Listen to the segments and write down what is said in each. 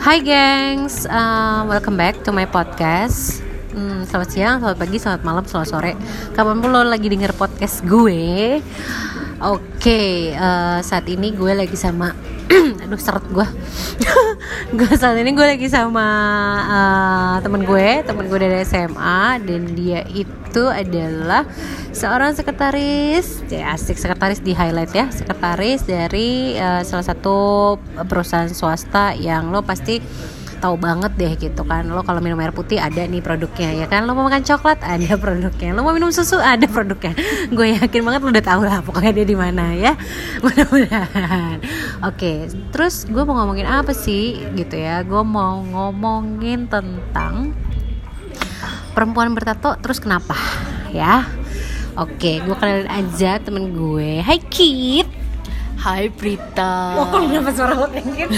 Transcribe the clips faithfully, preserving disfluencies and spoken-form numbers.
Hai gengs, uh, welcome back to my podcast. hmm, Selamat siang, selamat pagi, selamat malam, selamat sore, kapanpun lo lagi denger podcast gue. Oke, okay, uh, saat ini gue lagi sama aduh seret gue gue saat ini gue lagi sama uh, temen gue temen gue dari S M A, dan dia itu adalah seorang sekretaris, ya asik, sekretaris di highlight ya, sekretaris dari uh, salah satu perusahaan swasta yang lo pasti tahu banget deh gitu kan. Lo kalau minum air putih ada nih produknya ya kan, lo mau makan coklat ada produknya, lo mau minum susu ada produknya. Gue yakin banget lo udah tahu lah pokoknya dia di mana ya, mudah-mudahan. Oke, terus gue mau ngomongin apa sih gitu ya, gue mau ngomongin tentang perempuan bertato terus kenapa ya. Oke, gue kenalin aja temen gue. Hai Kit. Hai Prita. Oh, kenapa suara lo kayak gitu?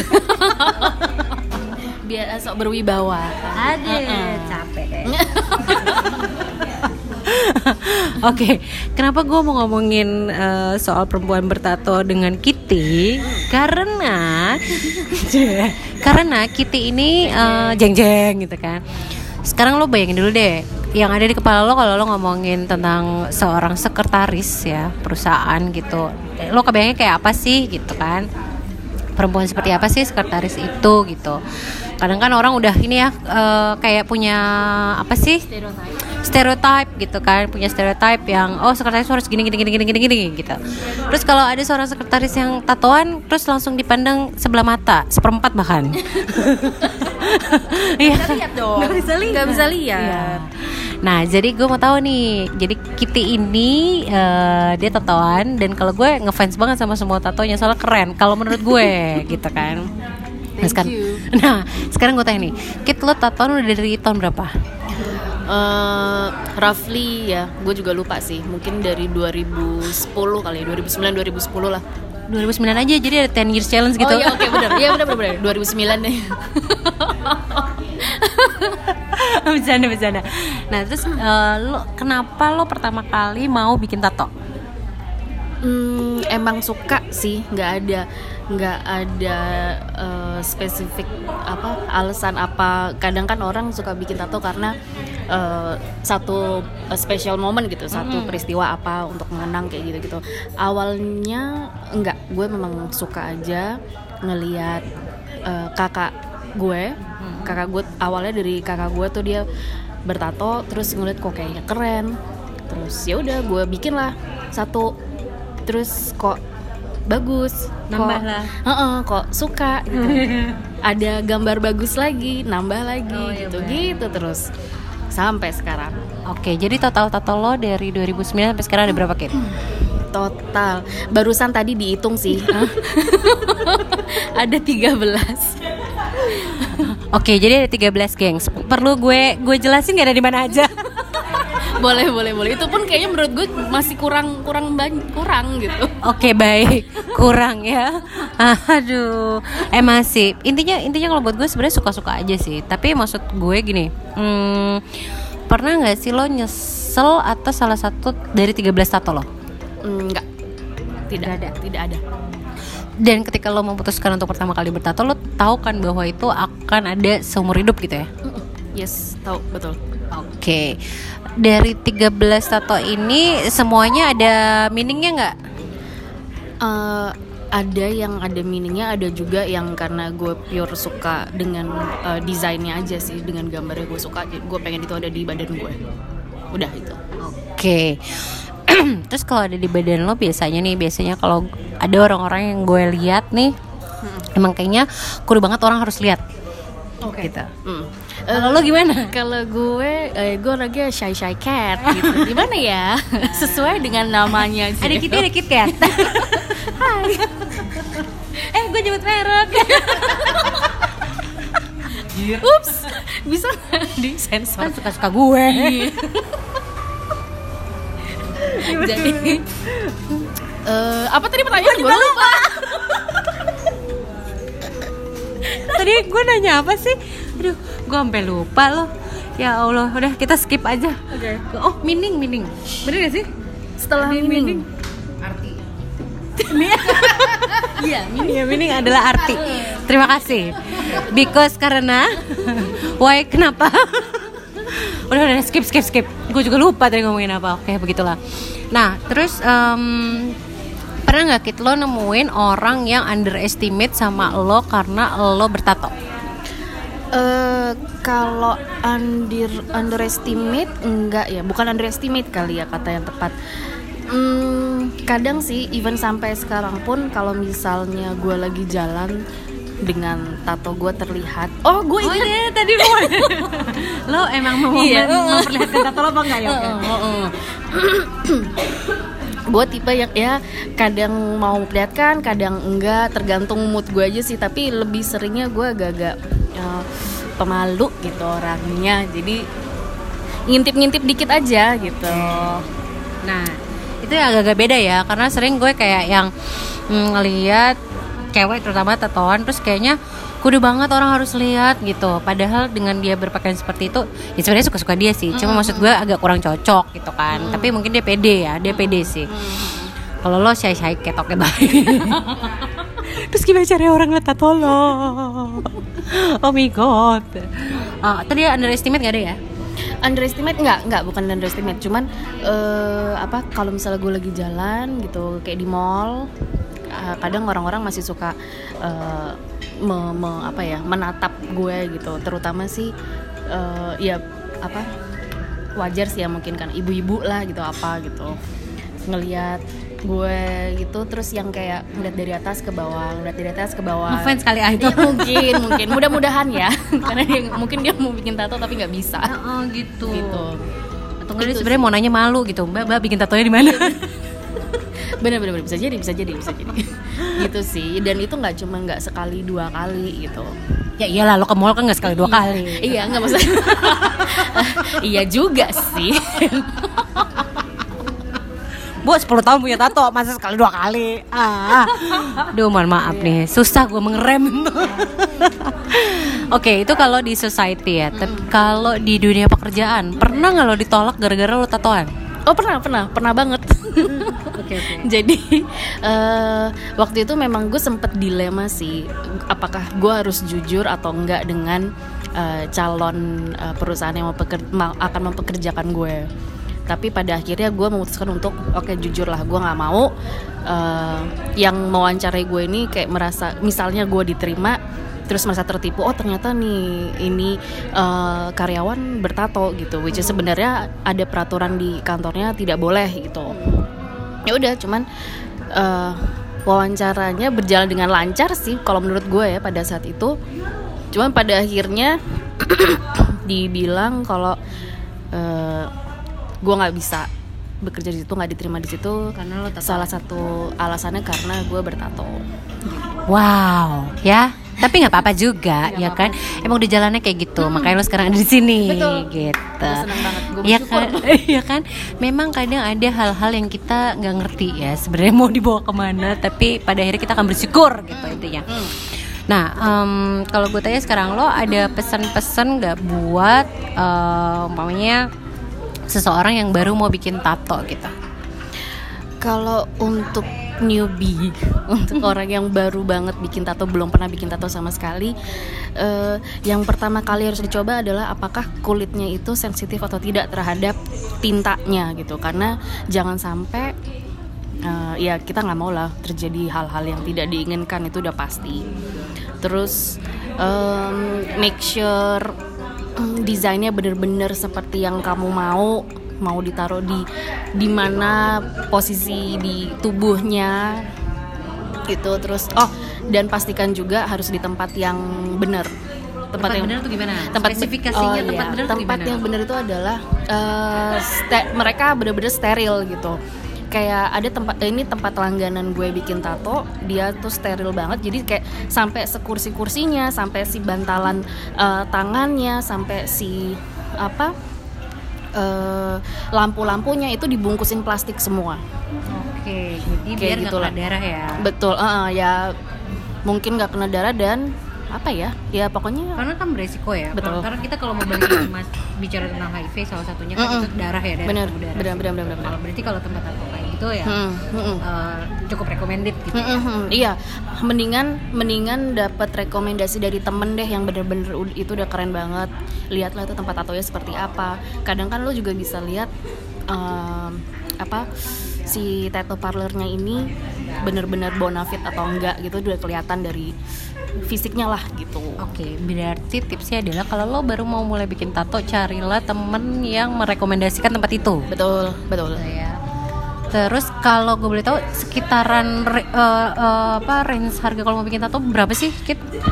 Biar sok berwibawa. Aduh, uh-uh. capek deh. Oke, kenapa gue mau ngomongin uh, soal perempuan bertato dengan Kitty? Karena karena Kitty ini uh, jeng-jeng gitu kan. Sekarang lo bayangin dulu deh, yang ada di kepala lo kalau lo ngomongin tentang seorang sekretaris ya perusahaan gitu, lo kebayangnya kayak apa sih gitu kan? Perempuan seperti apa sih sekretaris itu gitu? Kadang kan orang udah ini ya uh, kayak punya apa sih stereotype gitu kan, punya stereotype yang oh sekretaris harus gini gini gini gini gini gini gitu. Terus kalau ada seorang sekretaris yang tatoan terus langsung dipandang sebelah mata, seperempat bahkan. Nggak bisa lihat dong. Nggak bisa lihat. Nggak bisa lihat. Ya. Nah, jadi gue mau tahu nih. Jadi Kitty ini uh, dia tatoan, dan kalau gue ngefans banget sama semua tatonya soalnya keren. Kalau menurut gue, gitu kan. Nah sekarang, nah sekarang gue tanya nih, Kit, lo tatoan udah dari tahun berapa? Uh, roughly ya, gue juga lupa sih. Mungkin dari dua ribu sepuluh kali ya, dua ribu sembilan dua ribu sepuluh lah. dua ribu sembilan aja, jadi ada ten years challenge gitu. Oh iya, oke okay, benar. Iya benar benar. dua ribu sembilan deh. Bercanda bercanda. Nah terus uh, lo kenapa lo pertama kali mau bikin tato? Hmm, emang suka sih, nggak ada nggak ada uh, spesifik apa alasan apa. Kadang kan orang suka bikin tato karena uh, satu uh, special moment gitu, satu mm-hmm. peristiwa apa untuk mengenang kayak gitu gitu. Awalnya enggak, gue memang suka aja ngelihat uh, kakak gue. Kakak gue awalnya dari kakak gue tuh dia bertato, terus ngeliat kok kayaknya keren, terus ya udah gue bikin lah satu, terus kok bagus, nambah kok, lah, uh-uh, kok suka gitu. Ada gambar bagus lagi, nambah lagi, oh, gitu iya gitu terus sampai sekarang. Oke, jadi total tato lo dari dua ribu sembilan sampai sekarang ada berapa, Kit? Total barusan tadi dihitung sih. Ada tiga belas. Oke, jadi ada tiga belas gengs. Perlu gue gue jelasin nggak ada di mana aja? Boleh, boleh, boleh. Itu pun kayaknya menurut gue masih kurang kurang banyak, kurang gitu. Oke, baik. Kurang ya. Aduh. Eh masih. Intinya intinya kalau buat gue sebenarnya suka-suka aja sih. Tapi maksud gue gini, hmm, pernah nggak sih lo nyesel atas salah satu dari tiga belas tato lo? Enggak. Tidak ada, tidak ada. Dan ketika lo memutuskan untuk pertama kali bertato, lo tahu kan bahwa itu akan ada seumur hidup gitu ya? Yes, tahu, betul. Oke, okay. Dari tiga belas tato ini semuanya ada meaningnya nggak? Uh, ada yang ada meaningnya, ada juga yang karena gue pure suka dengan uh, desainnya aja sih, dengan gambarnya gue suka, gue pengen itu ada di badan gue. Udah itu. Oke. Okay. Terus kalau ada di badan lo biasanya nih, biasanya kalau ada orang-orang yang gue lihat nih, hmm. emang kayaknya kudu banget orang harus lihat. Oke. Okay. Gitu. Hmm. Kalau uh, lo gimana? Kalau gue, eh, gue orangnya shy shy cat gitu. Gimana ya? Sesuai dengan namanya. Ada Kitty, ada Kit Kat. Hai. Eh, gue nyebut merek. Ups, bisa di sensor. Kan suka-suka gue. Jadi uh, apa tadi pertanyaan? Gue lupa. Tadi gue nanya apa sih? Aduh, gue sampai lupa loh. Ya Allah, udah kita skip aja. Oke. Okay. Oh, meaning, meaning. Bener gak sih? Setelah meaning, meaning. Arti. Iya, meaning. Iya, meaning adalah arti. Terima kasih. Because karena why kenapa? udah udah skip skip skip. Gue juga lupa tadi ngomongin apa. Oke, begitulah. Nah, terus um, pernah nggak Kit lo nemuin orang yang underestimate sama lo karena lo bertato? Uh, kalau under underestimate enggak ya, bukan underestimate kali ya kata yang tepat. Hmm, kadang sih, even sampai sekarang pun kalau misalnya gue lagi jalan dengan tato gue terlihat, oh gue ingat oh, iya, tadi mau lo emang mau iya. memperlihatkan tato lo apa enggak ya? Okay. Gue tipe yang ya kadang mau memperlihatkan, kadang enggak, tergantung mood gue aja sih. Tapi lebih seringnya gue agak-agak uh, pemalu gitu orangnya, jadi ngintip-ngintip dikit aja gitu. Nah itu ya agak-agak beda ya, karena sering gue kayak yang mm, ngelihat cewek terutama tatoan, terus kayaknya kudu banget orang harus lihat gitu. Padahal dengan dia berpakaian seperti itu, ya sebenarnya suka-suka dia sih. Cuma mm-hmm. maksud gue agak kurang cocok gitu kan. Mm-hmm. Tapi mungkin dia pede ya, dia pede sih. Mm-hmm. Kalau lo shy-shy ketoknya baik. Terus gimana caranya orang ngeliat tato lo? Oh my god. Oh, tadi underestimate gak ada ya? Underestimate enggak, enggak bukan underestimate. Cuman uh, apa kalau misalnya gue lagi jalan gitu kayak di mall, uh, kadang orang-orang masih suka uh, me, me, apa ya, menatap gue gitu. Terutama sih uh, ya apa wajar sih ya, mungkin kan ibu-ibu lah gitu apa gitu. Ngelihat gue gitu, terus yang kayak ngeliat dari atas ke bawah, ngeliat dari atas ke bawah. Ngefans kali ah itu. Ya, mungkin, mungkin. Mudah-mudahan ya, karena dia, mungkin dia mau bikin tato tapi nggak bisa. Oh gitu. Gitu. Atau nggak dia sebenarnya mau nanya malu gitu, mbak, mbak bikin tatonya di mana? Bener-bener bisa jadi, bisa jadi, bisa jadi. Gitu sih. Dan itu nggak cuma nggak sekali dua kali gitu. Ya iyalah, lo ke mall kan nggak sekali dua kali. Iya, nggak masalah. Iya juga sih. Bu sepuluh tahun punya tato, masa sekali dua kali. Ah, duh mohon maaf nih, susah gue mengerem. Oke, okay, itu kalau di society ya. Tapi kalau di dunia pekerjaan, pernah nggak lo ditolak gara-gara lo tatoan? Oh pernah, pernah, pernah banget. Okay, okay. Jadi uh, waktu itu memang gue sempet dilema sih, apakah gue harus jujur atau enggak dengan uh, calon uh, perusahaan yang mau peker- ma- akan mempekerjakan gue. Tapi pada akhirnya gue memutuskan untuk oke okay, jujur lah, gue nggak mau uh, yang mewawancarai gue ini kayak merasa, misalnya gue diterima terus merasa tertipu, oh ternyata nih ini uh, karyawan bertato gitu, which is sebenarnya ada peraturan di kantornya tidak boleh gitu. Ya udah, cuman uh, wawancaranya berjalan dengan lancar sih kalau menurut gue ya pada saat itu. Cuman pada akhirnya dibilang kalau uh, gue nggak bisa bekerja di situ, nggak diterima di situ karena lo tato. Salah satu alasannya karena gue bertato. Wow, ya. Tapi nggak apa-apa juga, gak ya apa-apa. Kan? Emang udah jalannya kayak gitu, hmm. makanya lo sekarang ada di sini. Betul. Gitu. Gue seneng banget. Gue ya kan, ya kan. Memang kadang ada hal-hal yang kita nggak ngerti ya, sebenarnya mau dibawa kemana, tapi pada akhirnya kita akan bersyukur gitu hmm. intinya. Hmm. Nah, um, kalau gue tanya sekarang, lo ada pesan-pesan nggak buat, uh, umpamanya seseorang yang baru mau bikin tato gitu? Kalau untuk newbie, untuk orang yang baru banget bikin tato, belum pernah bikin tato sama sekali, uh, yang pertama kali harus dicoba adalah apakah kulitnya itu sensitif atau tidak terhadap tintanya gitu. Karena jangan sampai uh, ya kita nggak mau lah terjadi hal-hal yang tidak diinginkan, itu udah pasti. Terus um, make sure desainnya bener-bener seperti yang kamu mau, mau ditaruh di di mana posisi di tubuhnya gitu. Terus oh, dan pastikan juga harus di tempat yang benar. Tempat, tempat yang benar tuh gimana? Tempat spesifikasinya oh, tempat iya. benar tuh Tempat gimana? yang benar itu adalah uh, ste- mereka benar-benar steril gitu. Kayak ada tempat, ini tempat langganan gue bikin tato, dia tuh steril banget, jadi kayak sampai sekursi-kursinya, sampai si bantalan uh, tangannya, sampai si apa uh, lampu-lampunya itu dibungkusin plastik semua. Oke, jadi kayak biar nggak kena darah ya. Betul, uh, ya mungkin nggak kena darah dan apa ya, ya pokoknya karena kan beresiko ya. Betul. Karena kita kalau mau balik mas bicara tentang H I V salah satunya kan Mm-mm. itu darah ya, darah. Benar, udara. benar, benar, benar, benar. Kalau berarti kalau tempat tato kayak gitu ya hmm. Hmm. Uh, cukup recommended gitu hmm. ya. Hmm. Iya, mendingan mendingan dapat rekomendasi dari temen deh yang bener-bener itu udah keren banget. Lihatlah itu tempat tatonya seperti apa. Kadang kan lo juga bisa lihat um, apa si tattoo parlornya ini bener-bener bonafit atau enggak gitu, udah kelihatan dari fisiknya lah gitu. Oke, berarti tipsnya adalah kalau lo baru mau mulai bikin tato, carilah temen yang merekomendasikan tempat itu. Betul, betul. Ya. Terus kalau gue boleh tahu sekitaran re, uh, uh, apa range harga kalau mau bikin tato berapa sih, Kit?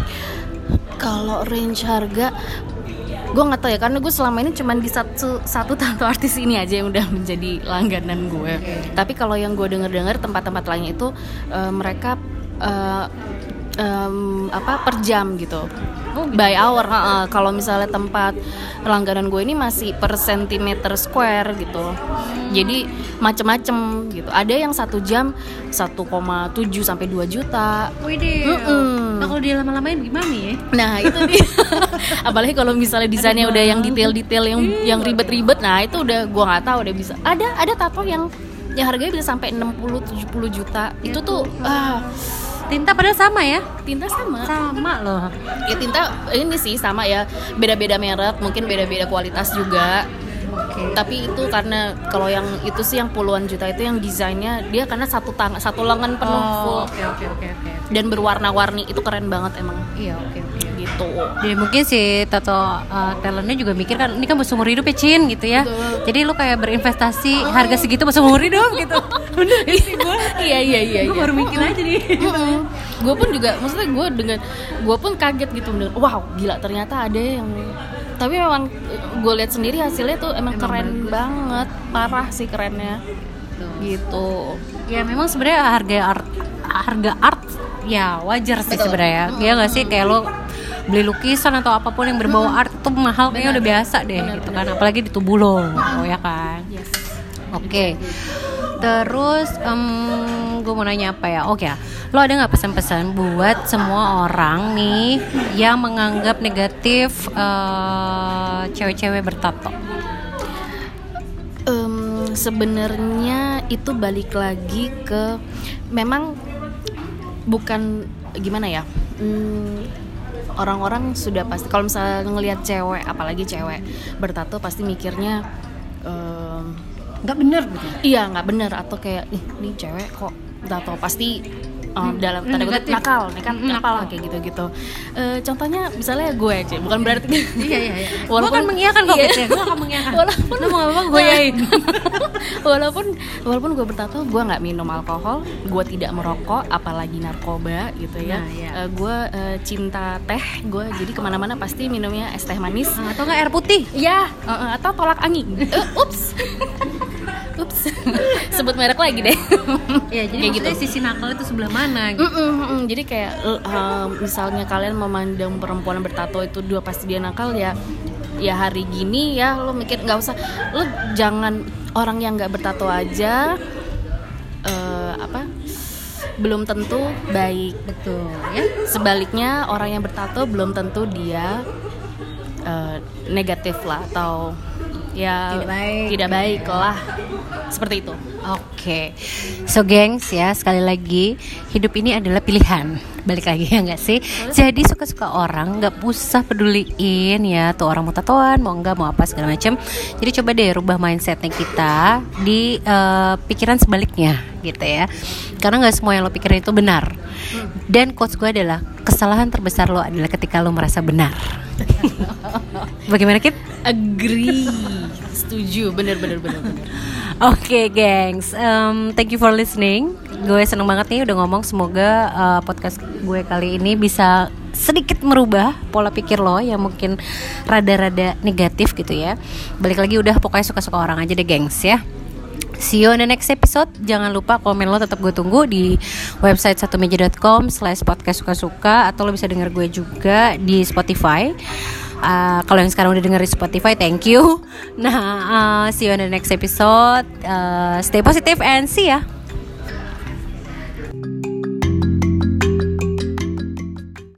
Kalau range harga gue nggak tahu ya, karena gue selama ini cuma di satu satu tato artis ini aja yang udah menjadi langganan gue. Okay. Tapi kalau yang gue dengar-dengar tempat-tempat lainnya itu uh, mereka uh, um, apa per jam gitu. Oh, gitu. By hour. Uh, kalau misalnya tempat langganan gue ini masih per sentimeter square gitu. Hmm. Jadi macem-macem gitu. Ada yang satu jam satu koma tujuh sampai dua juta. Widih. Nah kalau dia lama-lamain gimana ya? Nah itu dia. Apalagi kalau misalnya desainnya udah yang detail-detail yang yang ribet-ribet, nah itu udah gue nggak tahu udah bisa. Ada ada tato yang yang harganya bisa sampai enam puluh tujuh puluh juta. Ya, itu tuh ah, tinta padahal sama ya? Tinta sama. Sama loh. Ya tinta ini sih sama ya, beda-beda merek, mungkin beda-beda kualitas juga. Okay. Tapi itu karena kalau yang itu sih yang puluhan juta itu yang desainnya dia karena satu tangan satu lengan penuh oh, full. Oke okay, oke okay, oke okay, okay. Dan berwarna-warni, itu keren banget emang. Iya oke okay, oke. Okay. Gitu. Jadi mungkin si tato uh, talentnya juga mikir kan ini kan seumur hidup ya Cin gitu ya. Betul. Jadi lu kayak berinvestasi oh. harga segitu seumur hidup gitu. Bener sih gue. Iya iya iya. Gue baru mikir aja nih. Gue pun juga, maksudnya gue dengan gue pun kaget gitu bener. Wow gila ternyata ada yang. Tapi memang gue lihat sendiri hasilnya tuh emang, emang keren bagus. Banget, parah sih kerennya. Tuh. Gitu. Ya memang sebenarnya harga art, harga art ya wajar sih sebenarnya. Ya nggak sih kayak lo beli lukisan atau apapun yang berbau hmm. art itu mahal kayaknya udah biasa deh bener, gitu bener. Kan apalagi di tubuh lo, oh ya kan. Yes. Oke. Okay. Terus um, gue mau nanya apa ya? Oke okay, ya. Lo ada nggak pesan-pesan buat semua orang nih yang menganggap negatif uh, cewek-cewek bertato? Um, sebenarnya itu balik lagi ke memang bukan gimana ya? Hmm, orang-orang sudah pasti kalau misalnya ngelihat cewek, apalagi cewek bertato pasti mikirnya um, nggak bener gitu. Iya nggak bener atau kayak ih ini cewek kok tato pasti um, hmm. dalam tanda kutip nakal, nih kan nakal lah kayak gitu-gitu. Uh, contohnya misalnya gue aja, bukan berarti iya iya iya. Walaupun gue akan mengiyakan kok iya. Gitu ya, gue akan mengiyakan. Walaupun lo mau apa gue yain. walaupun walaupun gue bertato, gue nggak minum alkohol, gue tidak merokok, apalagi narkoba gitu ya. Nah, iya. uh, gue uh, cinta teh, gue jadi kemana-mana pasti minumnya es teh manis uh, atau nggak air putih. Ya, uh, uh, atau tolak angin. Uh, ups. Ups, sebut merek lagi deh. Ya, jadi maksudnya gitu. Sisi nakal itu sebelah mana gitu. Mm, mm, mm. Jadi kayak uh, misalnya kalian memandang perempuan bertato itu dua pasti dia nakal ya. Ya hari gini ya lo mikir nggak usah, lo jangan orang yang nggak bertato aja uh, apa belum tentu baik. Betul ya. Sebaliknya orang yang bertato belum tentu dia uh, negatif lah atau ya tidak baik, tidak baik lah, seperti itu. Oke, okay. So gengs ya, sekali lagi hidup ini adalah pilihan. Balik lagi ya nggak sih? Jadi suka-suka orang, nggak usah peduliin ya tuh orang mau tatoan, mau nggak, mau apa segala macam. Jadi coba deh rubah mindsetnya kita di uh, pikiran sebaliknya gitu ya. Karena nggak semua yang lo pikirin itu benar. Dan quotes gue adalah kesalahan terbesar lo adalah ketika lo merasa benar. Bagaimana Kit? Agree, setuju, bener bener bener bener. Oke, okay, gengs, um, thank you for listening. Gue seneng banget nih udah ngomong. Semoga uh, podcast gue kali ini bisa sedikit merubah pola pikir lo yang mungkin rada-rada negatif gitu ya. Balik lagi udah pokoknya suka-suka orang aja deh, gengs ya. See you on the next episode. Jangan lupa komen lo tetap gue tunggu di website satu meja dot com slash podcast suka-suka. Atau lo bisa denger gue juga di Spotify. Uh, kalau yang sekarang udah denger di Spotify, thank you. Nah, uh, see you on the next episode. uh, Stay positive and see ya.